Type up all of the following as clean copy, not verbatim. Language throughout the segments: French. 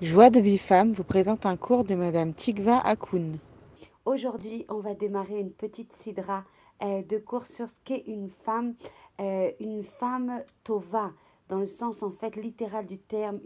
Joie de Bifam vous présente un cours de Madame Tikva Hakoun. Aujourd'hui, on va démarrer une petite sidra de cours sur ce qu'est une femme tova, dans le sens en fait littéral du terme,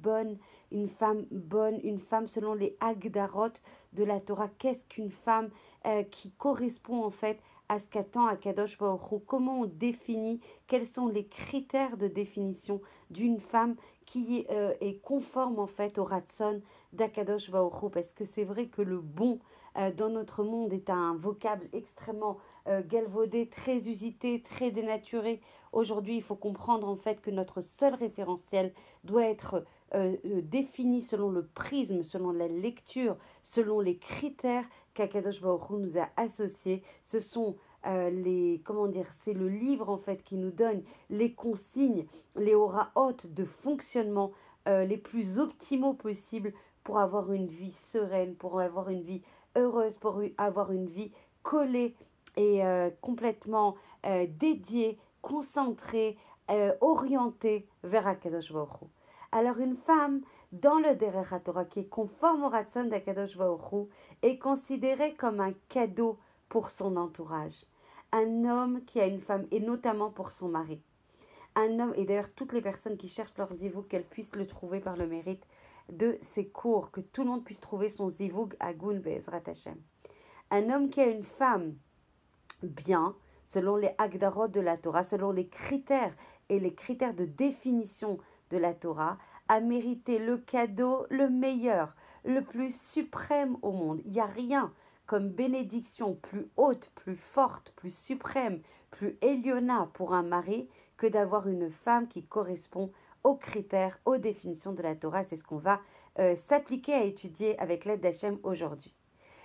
une femme selon les Agdarot de la Torah. Qu'est-ce qu'une femme qui correspond en fait à ce qu'attend Akadosh Baruch Hu? Comment on définit, quels sont les critères de définition d'une femme qui est conforme en fait au Ratson d'Akadosh Baruch Hu? Parce que c'est vrai que le bon dans notre monde est un vocable extrêmement galvaudé, très usité, très dénaturé. Aujourd'hui, il faut comprendre en fait que notre seul référentiel doit être défini selon le prisme, selon la lecture, selon les critères qu'Akadosh Baruch Hu nous a associés. Ce sont comment dire, c'est le livre en fait qui nous donne les consignes, les horaot de fonctionnement les plus optimaux possibles pour avoir une vie sereine, pour avoir une vie heureuse, pour avoir une vie collée et complètement dédiée, concentrée, orientée vers Akadosh Baruch Hu. Alors une femme dans le Derech HaTorah qui est conforme au Ratzon d'Akadosh Baruch Hu est considérée comme un cadeau pour son entourage. Un homme qui a une femme, et notamment pour son mari. Un homme, et d'ailleurs toutes les personnes qui cherchent leur zivug, qu'elles puissent le trouver par le mérite de ses cours, que tout le monde puisse trouver son zivug agun be'ezrat Hashem. Un homme qui a une femme bien, selon les Agdarot de la Torah, selon les critères et les critères de définition de la Torah, a mérité le cadeau le meilleur, le plus suprême au monde. Il n'y a rien comme bénédiction plus haute, plus forte, plus suprême, plus éliona pour un mari que d'avoir une femme qui correspond aux critères, aux définitions de la Torah. C'est ce qu'on va s'appliquer à étudier avec l'aide d'Hachem aujourd'hui.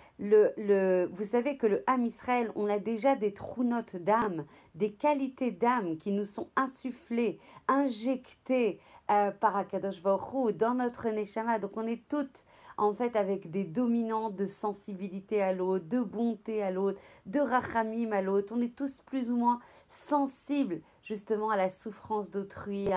Vous savez que le Ham Israël, on a déjà des trounotes d'âme, des qualités d'âme qui nous sont insufflées, injectées par Akadosh Baruch Hu dans notre Neshama. Donc on est toutes en fait avec des dominantes de sensibilité à l'autre, de bonté à l'autre, de rachamim à l'autre. On est tous plus ou moins sensibles justement à la souffrance d'autrui,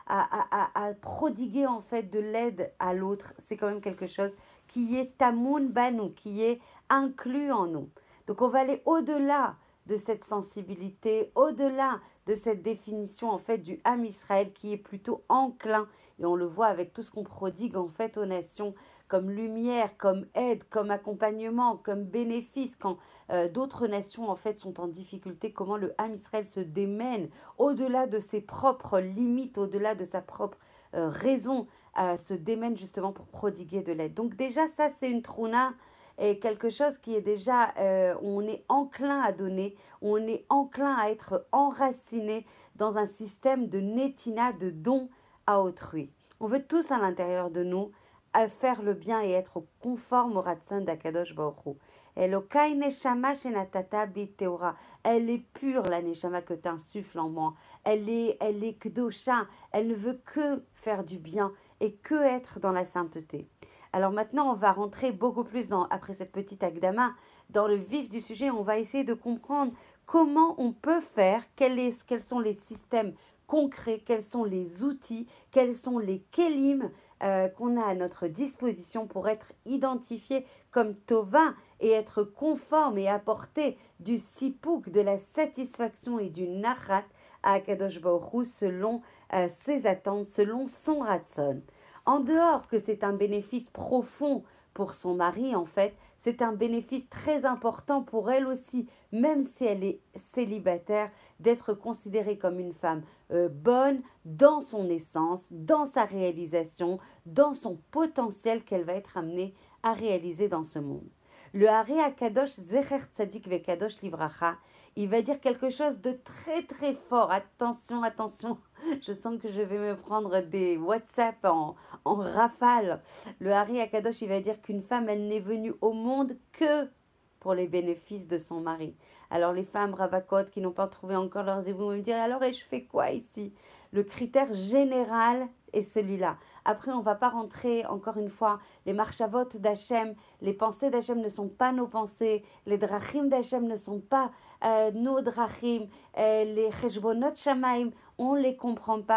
à prodiguer en fait de l'aide à l'autre. C'est quand même quelque chose qui est tamoun banou, qui est inclus en nous. Donc on va aller au-delà de cette sensibilité, au-delà de cette définition en fait du Ham Israël qui est plutôt enclin, et on le voit avec tout ce qu'on prodigue en fait aux nations, comme lumière, comme aide, comme accompagnement, comme bénéfice, quand d'autres nations en fait sont en difficulté, comment le Ham Israël se démène au-delà de ses propres limites, au-delà de sa propre raison, se démène justement pour prodiguer de l'aide. Donc déjà ça c'est une trouna et quelque chose qui est déjà, on est enclin à donner, on est enclin à être enraciné dans un système de netina, de don à autrui. On veut tous à l'intérieur de nous à faire le bien et être conforme au Ratson d'Akadosh Baruch Hu. Elokai neshama shenatata biteora. Elle est pure, la neshama que tu insuffles en moi. Elle est kdosha. Elle ne veut que faire du bien et que être dans la sainteté. Alors maintenant, on va rentrer beaucoup plus après cette petite agdama, dans le vif du sujet. On va essayer de comprendre comment on peut faire, quels sont les systèmes concrets, quels sont les outils, quels sont les kelim qu'on a à notre disposition pour être identifié comme Tova et être conforme et apporter du sipouk, de la satisfaction et du nachat à Akadosh Baruch Hu selon ses attentes, selon son ratson. En dehors que c'est un bénéfice profond pour son mari, en fait, c'est un bénéfice très important pour elle aussi, même si elle est célibataire, d'être considérée comme une femme bonne dans son essence, dans sa réalisation, dans son potentiel qu'elle va être amenée à réaliser dans ce monde. Le Hari Akadosh Zecher Tzadik Vekadosh Livracha, il va dire quelque chose de très très fort. Attention, attention, je sens que je vais me prendre des WhatsApp en rafale. Le Hari Akadosh, il va dire qu'une femme, elle n'est venue au monde que pour les bénéfices de son mari. Alors les femmes ravakot qui n'ont pas trouvé encore leurs époux vont me dire alors et je fais quoi ici? Le critère général est celui-là. Après, on ne va pas rentrer, encore une fois, les marchavot d'Hachem, les pensées d'Hachem ne sont pas nos pensées, les drachim d'Hachem ne sont pas nos drachim, les cheshbonot shamaim, on ne les comprend pas.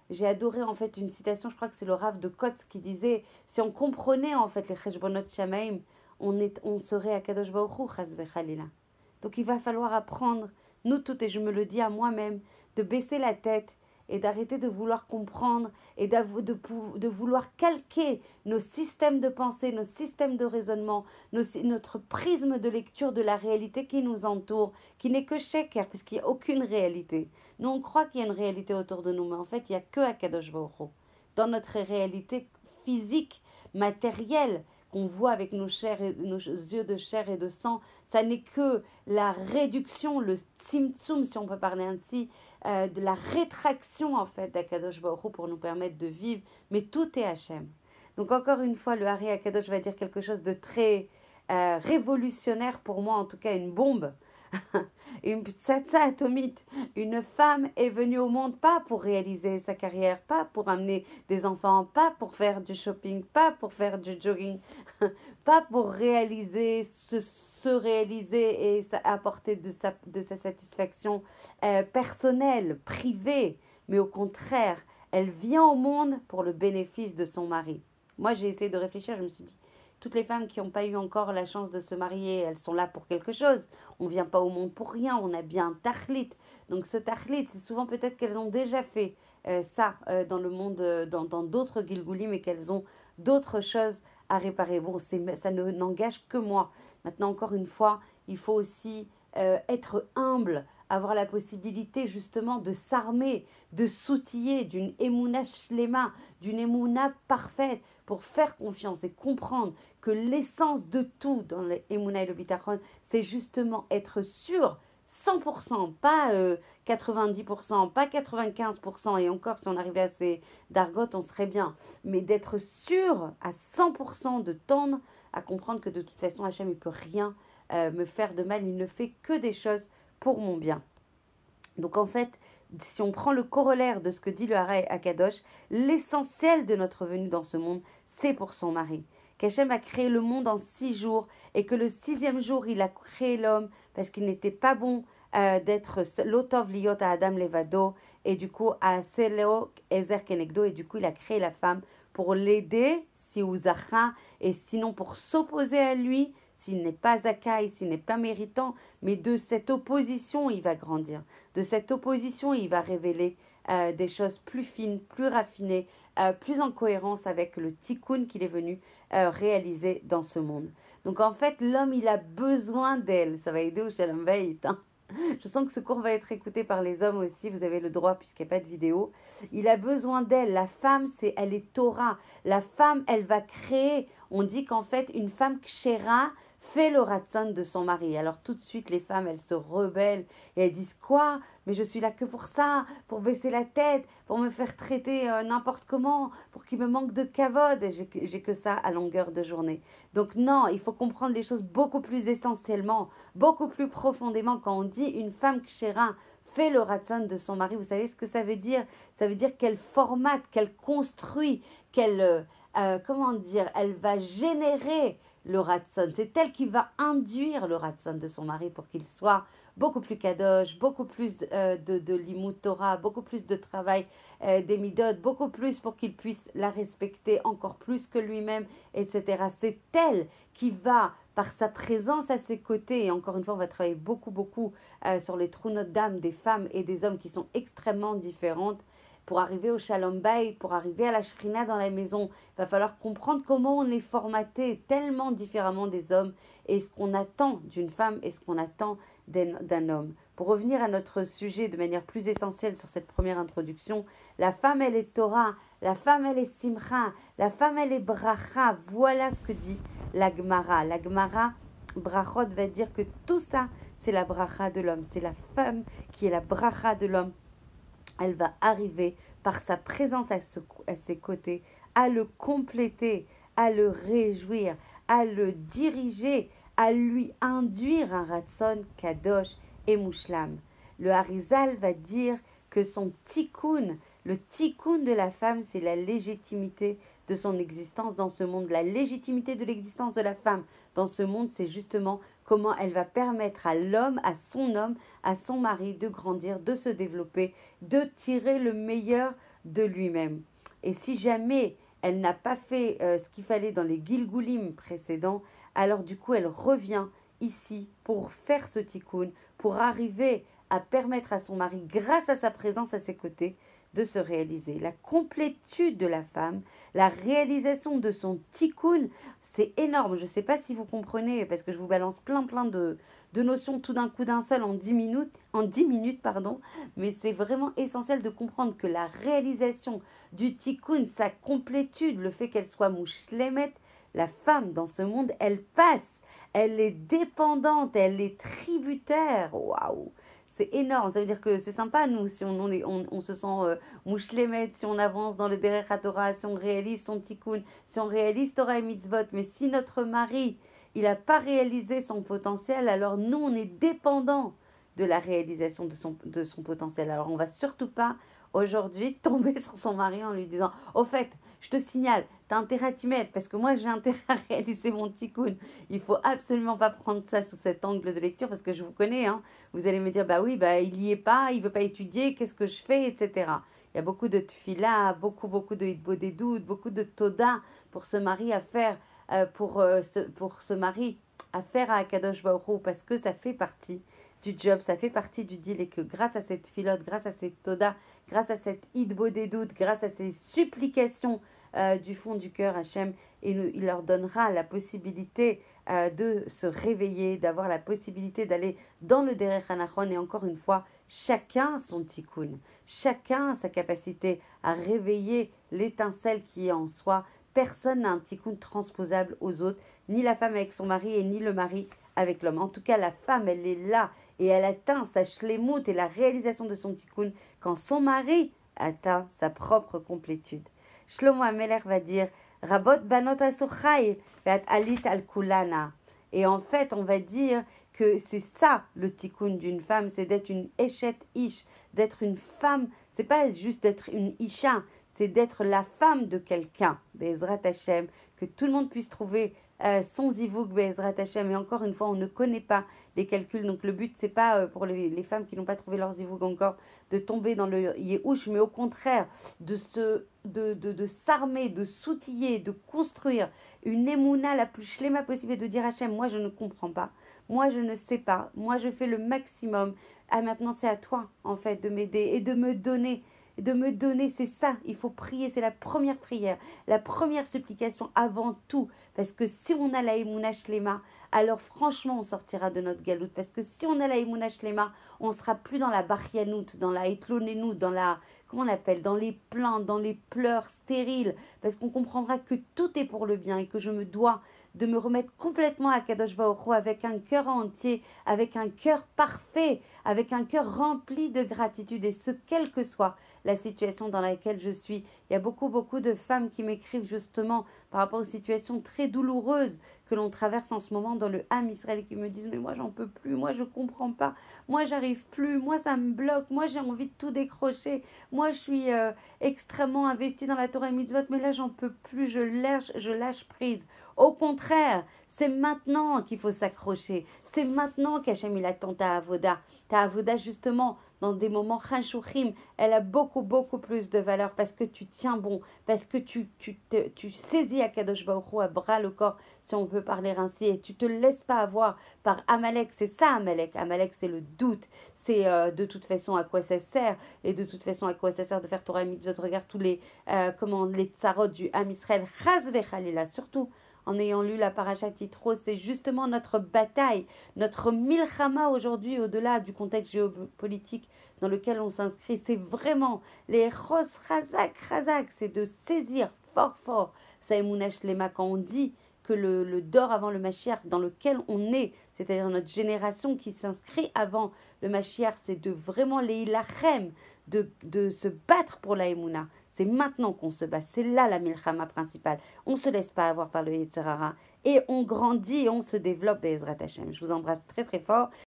J'ai adoré en fait une citation, je crois que c'est le Rav de Kotz qui disait, si on comprenait en fait les Cheshbonot Shamaim, on serait à Kadosh Baruch Hu, chas v'chalila. Donc il va falloir apprendre, nous toutes, et je me le dis à moi-même, de baisser la tête et d'arrêter de vouloir comprendre et de vouloir calquer nos systèmes de pensée, nos systèmes de raisonnement, notre prisme de lecture de la réalité qui nous entoure, qui n'est que sheker, puisqu'il n'y a aucune réalité. Nous, on croit qu'il y a une réalité autour de nous, mais en fait, il n'y a que Akadosh Baruch Hu. Dans notre réalité physique, matérielle, qu'on voit avec nos yeux de chair et de sang, ça n'est que la réduction, le tzimtzum, si on peut parler ainsi, de la rétraction en fait d'Akadosh Baruch Hu pour nous permettre de vivre, mais tout est Hachem. Donc encore une fois, le Hari Akadosh va dire quelque chose de très révolutionnaire pour moi, en tout cas une bombe. Une ptsatsa atomique. Une femme est venue au monde pas pour réaliser sa carrière, pas pour amener des enfants, pas pour faire du shopping, pas pour faire du jogging, pas pour réaliser, se réaliser et apporter de sa satisfaction personnelle, privée, mais au contraire, elle vient au monde pour le bénéfice de son mari. Moi, j'ai essayé de réfléchir, je me suis dit, toutes les femmes qui n'ont pas eu encore la chance de se marier, elles sont là pour quelque chose. On ne vient pas au monde pour rien, on a bien un tachlit. Donc ce tachlit, c'est souvent peut-être qu'elles ont déjà fait ça dans le monde, dans d'autres Gilgoulim, et qu'elles ont d'autres choses à réparer. Bon, ça n'engage que moi. Maintenant, encore une fois, il faut aussi être humble, avoir la possibilité justement de s'armer, de s'outiller d'une émouna shlema, d'une émouna parfaite, pour faire confiance et comprendre que l'essence de tout dans l'émouna et le bitachon, c'est justement être sûr 100%, pas 90%, pas 95%, et encore si on arrivait à ces dargotes, on serait bien, mais d'être sûr à 100% de tendre à comprendre que de toute façon, Hachem, il ne peut rien me faire de mal, il ne fait que des choses pour mon bien. Donc en fait, si on prend le corollaire de ce que dit le Hara Akadosh, l'essentiel de notre venue dans ce monde, c'est pour son mari. Qu'Hachem a créé le monde en 6 jours et que le 6e jour, il a créé l'homme parce qu'il n'était pas bon d'être l'otov liot à Adam Levado et du coup à Seleo Ezer Kenegdo, et du coup il a créé la femme pour l'aider si Uzacha, et sinon pour s'opposer à lui s'il n'est pas Zakai, s'il n'est pas méritant, mais de cette opposition il va grandir, de cette opposition il va révéler des choses plus fines, plus raffinées, plus en cohérence avec le tikkun qu'il est venu réaliser dans ce monde. Donc en fait, l'homme, il a besoin d'elle. Ça va aider au Shalom Bayit, hein. Je sens que ce cours va être écouté par les hommes aussi, vous avez le droit puisqu'il n'y a pas de vidéo. Il a besoin d'elle. La femme, elle est Torah. La femme, elle va créer. On dit qu'en fait, une femme kshera fait le ratson de son mari. Alors tout de suite, les femmes, elles se rebellent et elles disent quoi? Mais je suis là que pour ça, pour baisser la tête, pour me faire traiter n'importe comment, pour qu'il me manque de kavod. Et j'ai que ça à longueur de journée. Donc non, il faut comprendre les choses beaucoup plus essentiellement, beaucoup plus profondément. Quand on dit une femme kshera fait le ratson de son mari, vous savez ce que ça veut dire? Ça veut dire qu'elle formate, qu'elle construit, comment dire, elle va générer le ratson. C'est elle qui va induire le ratson de son mari pour qu'il soit beaucoup plus kadosh, beaucoup plus de limut Torah, beaucoup plus de travail des midot, beaucoup plus pour qu'il puisse la respecter encore plus que lui-même, etc. C'est elle qui va, par sa présence à ses côtés, et encore une fois, on va travailler beaucoup sur les trous notes d'âme des femmes et des hommes qui sont extrêmement différentes, pour arriver au Shalom Bayit, pour arriver à la Shrina dans la maison. Il va falloir comprendre comment on est formaté tellement différemment des hommes, et ce qu'on attend d'une femme et ce qu'on attend d'un homme. Pour revenir à notre sujet de manière plus essentielle sur cette première introduction, la femme elle est Torah, la femme elle est Simcha, la femme elle est Bracha. Voilà ce que dit la Gemara. La Gemara, Brachot, va dire que tout ça, c'est la Bracha de l'homme. C'est la femme qui est la Bracha de l'homme. Elle va arriver par sa présence à ses côtés, à le compléter, à le réjouir, à le diriger, à lui induire un ratson kadosh et mouchlam. Le Harizal va dire que son tikkun, le tikkun de la femme, c'est la légitimité de son existence dans ce monde. La légitimité de l'existence de la femme dans ce monde, c'est justement comment elle va permettre à l'homme, à son homme, à son mari de grandir, de se développer, de tirer le meilleur de lui-même. Et si jamais elle n'a pas fait ce qu'il fallait dans les Gilgulim précédents, alors du coup elle revient ici pour faire ce tikkun, pour arriver à permettre à son mari, grâce à sa présence à ses côtés, de se réaliser. La complétude de la femme, la réalisation de son tikkun, c'est énorme. Je ne sais pas si vous comprenez, parce que je vous balance plein de notions tout d'un coup d'un seul en 10 minutes, pardon. Mais c'est vraiment essentiel de comprendre que la réalisation du tikkun, sa complétude, le fait qu'elle soit mouchlemet, la femme dans ce monde, elle passe, elle est dépendante, elle est tributaire. Waouh! C'est énorme, ça veut dire que c'est sympa, nous, si on se sent mouchlemet, si on avance dans le Derech HaTorah, si on réalise son tikkun, si on réalise Torah et mitzvot, mais si notre mari, il n'a pas réalisé son potentiel, alors nous, on est dépendant de la réalisation de son potentiel. Alors, on va surtout pas aujourd'hui tomber sur son mari en lui disant au fait, je te signale, tu as intérêt à t'y mettre parce que moi j'ai intérêt à réaliser mon tikkun. Il faut absolument pas prendre ça sous cet angle de lecture parce que je vous connais, hein. Vous allez me dire bah oui, bah il y est pas, il veut pas étudier, qu'est-ce que je fais, etc. Il y a beaucoup de tfila, beaucoup de hitbodedut, beaucoup de toda pour ce mari à faire, pour ce mari à faire à Akadosh Baruch Hu, parce que ça fait partie du job, ça fait partie du deal, et que grâce à cette filote, grâce à cette toda, grâce à cette idbo des doutes, grâce à ces supplications du fond du cœur, Hachem, il leur donnera la possibilité de se réveiller, d'avoir la possibilité d'aller dans le Derech Hanachon, et encore une fois, chacun son tikkun, chacun sa capacité à réveiller l'étincelle qui est en soi. Personne n'a un tikkun transposable aux autres, ni la femme avec son mari et ni le mari avec l'homme. En tout cas, la femme, elle est là et elle atteint sa shlemut et la réalisation de son tikkun quand son mari atteint sa propre complétude. Shlomo Ameler va dire Rabot banot asochai ve'at alit al kulana. Et en fait, on va dire que c'est ça le tikkun d'une femme, c'est d'être une eshet ish, d'être une femme, c'est pas juste d'être une isha, c'est d'être la femme de quelqu'un, Be'ezrat Hashem, que tout le monde puisse trouver son zivouk Be'ezrat Hashem. Et encore une fois, on ne connaît pas les calculs, donc le but, c'est pas pour les femmes qui n'ont pas trouvé leur zivouk encore, de tomber dans le yéhouch, mais au contraire, de s'armer, de s'outiller, de construire une émouna la plus shlema possible et de dire Hachem, moi je ne comprends pas, moi je ne sais pas, moi je fais le maximum. Ah maintenant c'est à toi en fait de m'aider et de me donner. C'est ça, il faut prier, c'est la première prière, la première supplication avant tout, parce que si on a la Emouna Shlema, alors franchement on sortira de notre galoute, parce que si on a la Emouna Shlema, on sera plus dans la Barianout, dans la Etlonenout, dans la, comment on appelle, dans les plaintes, dans les pleurs stériles, parce qu'on comprendra que tout est pour le bien et que je me dois de me remettre complètement à Kadosh Baruch Hu avec un cœur entier, avec un cœur parfait, avec un cœur rempli de gratitude, et ce, quelle que soit la situation dans laquelle je suis. Il y a beaucoup de femmes qui m'écrivent justement par rapport aux situations très douloureuses que l'on traverse en ce moment dans le Ham Israël, et qui me disent mais moi j'en peux plus, moi je comprends pas, moi j'arrive plus, moi ça me bloque, moi j'ai envie de tout décrocher, moi je suis extrêmement investie dans la Torah et Mitzvot, mais là j'en peux plus, je lâche prise. Au contraire, c'est maintenant qu'il faut s'accrocher. C'est maintenant qu'Hachem il attend ta avoda. Ta avoda, justement, dans des moments chashouchim, elle a beaucoup plus de valeur parce que tu tiens bon, parce que tu saisis Akadosh Baruch Hu à bras le corps, si on peut parler ainsi, et tu te laisses pas avoir par Amalek. C'est ça Amalek. Amalek, c'est le doute. C'est de toute façon à quoi ça sert, et de toute façon à quoi ça sert de faire Torah et Mitzvot. Regarde tous les, les tsarot du Ham Israël, chas vechalila, surtout en ayant lu la paracha Yitro, c'est justement notre bataille, notre milchama aujourd'hui, au-delà du contexte géopolitique dans lequel on s'inscrit. C'est vraiment les chos razak, c'est de saisir fort sa emunah shlema. Quand on dit que le dor avant le Mashiach dans lequel on est, c'est-à-dire notre génération qui s'inscrit avant le Mashiach, c'est de vraiment les ilachem, de se battre pour la emunah. C'est maintenant qu'on se bat, c'est là la milchama principale. On ne se laisse pas avoir par le Yetzer Hara et on grandit et on se développe, Be'ezrat Hashem. Je vous embrasse très fort.